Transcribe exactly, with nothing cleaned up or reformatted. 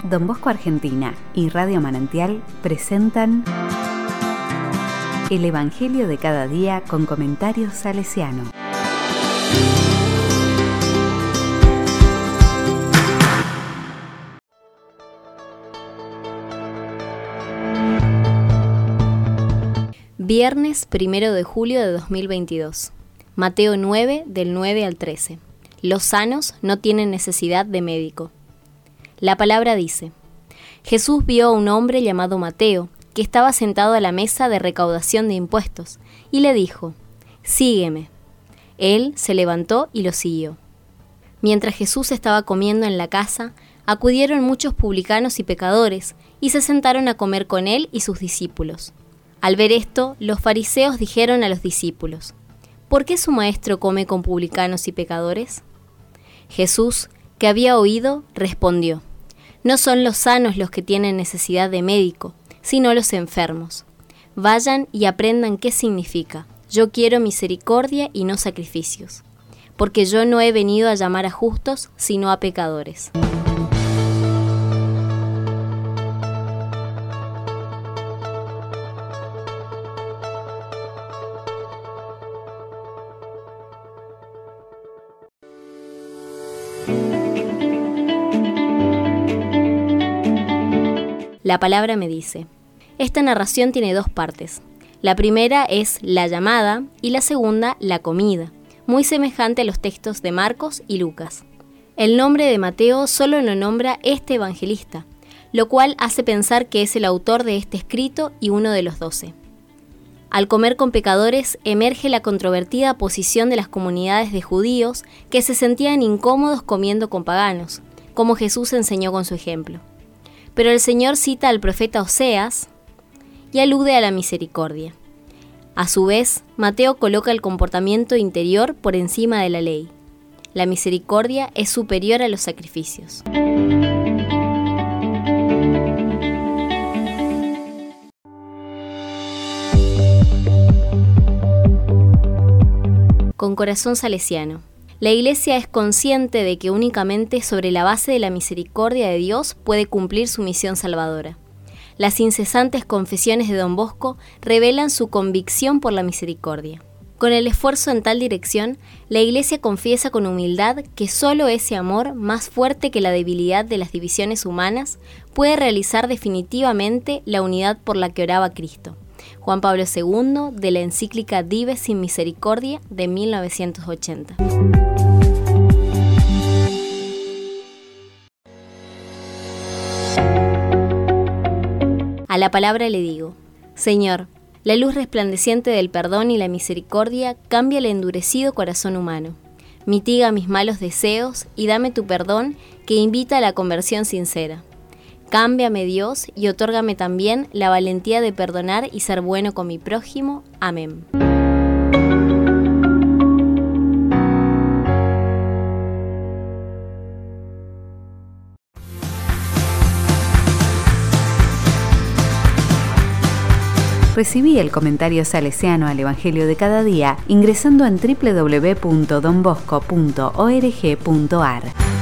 Don Bosco Argentina y Radio Manantial presentan El Evangelio de cada día con comentarios salesiano. Viernes primero de julio de dos mil veintidós. Mateo nueve, del nueve al trece. Los sanos no tienen necesidad de médico. La palabra dice: Jesús vio a un hombre llamado Mateo, que estaba sentado a la mesa de recaudación de impuestos, y le dijo: «Sígueme». Él se levantó y lo siguió. Mientras Jesús estaba comiendo en la casa, acudieron muchos publicanos y pecadores, y se sentaron a comer con él y sus discípulos. Al ver esto, los fariseos dijeron a los discípulos: ¿Por qué su maestro come con publicanos y pecadores? Jesús, que había oído, respondió: No son los sanos los que tienen necesidad de médico, sino los enfermos. Vayan y aprendan qué significa: yo quiero misericordia y no sacrificios, porque yo no he venido a llamar a justos, sino a pecadores. La palabra me dice. Esta narración tiene dos partes. La primera es la llamada y la segunda la comida, muy semejante a los textos de Marcos y Lucas. El nombre de Mateo solo lo nombra este evangelista, lo cual hace pensar que es el autor de este escrito y uno de los doce. Al comer con pecadores emerge la controvertida posición de las comunidades de judíos que se sentían incómodos comiendo con paganos, como Jesús enseñó con su ejemplo. Pero el Señor cita al profeta Oseas y alude a la misericordia. A su vez, Mateo coloca el comportamiento interior por encima de la ley. La misericordia es superior a los sacrificios. Con corazón salesiano. La Iglesia es consciente de que únicamente sobre la base de la misericordia de Dios puede cumplir su misión salvadora. Las incesantes confesiones de Don Bosco revelan su convicción por la misericordia. Con el esfuerzo en tal dirección, la Iglesia confiesa con humildad que solo ese amor, más fuerte que la debilidad de las divisiones humanas, puede realizar definitivamente la unidad por la que oraba Cristo. Juan Pablo segundo, de la encíclica Dives sin Misericordia, de mil novecientos ochenta. A la palabra le digo: Señor, la luz resplandeciente del perdón y la misericordia cambia el endurecido corazón humano. Mitiga mis malos deseos y dame tu perdón que invita a la conversión sincera. Cámbiame, Dios, y otórgame también la valentía de perdonar y ser bueno con mi prójimo. Amén. Recibí el comentario salesiano al Evangelio de cada día ingresando en doble u doble u doble u punto don bosco punto org punto a r.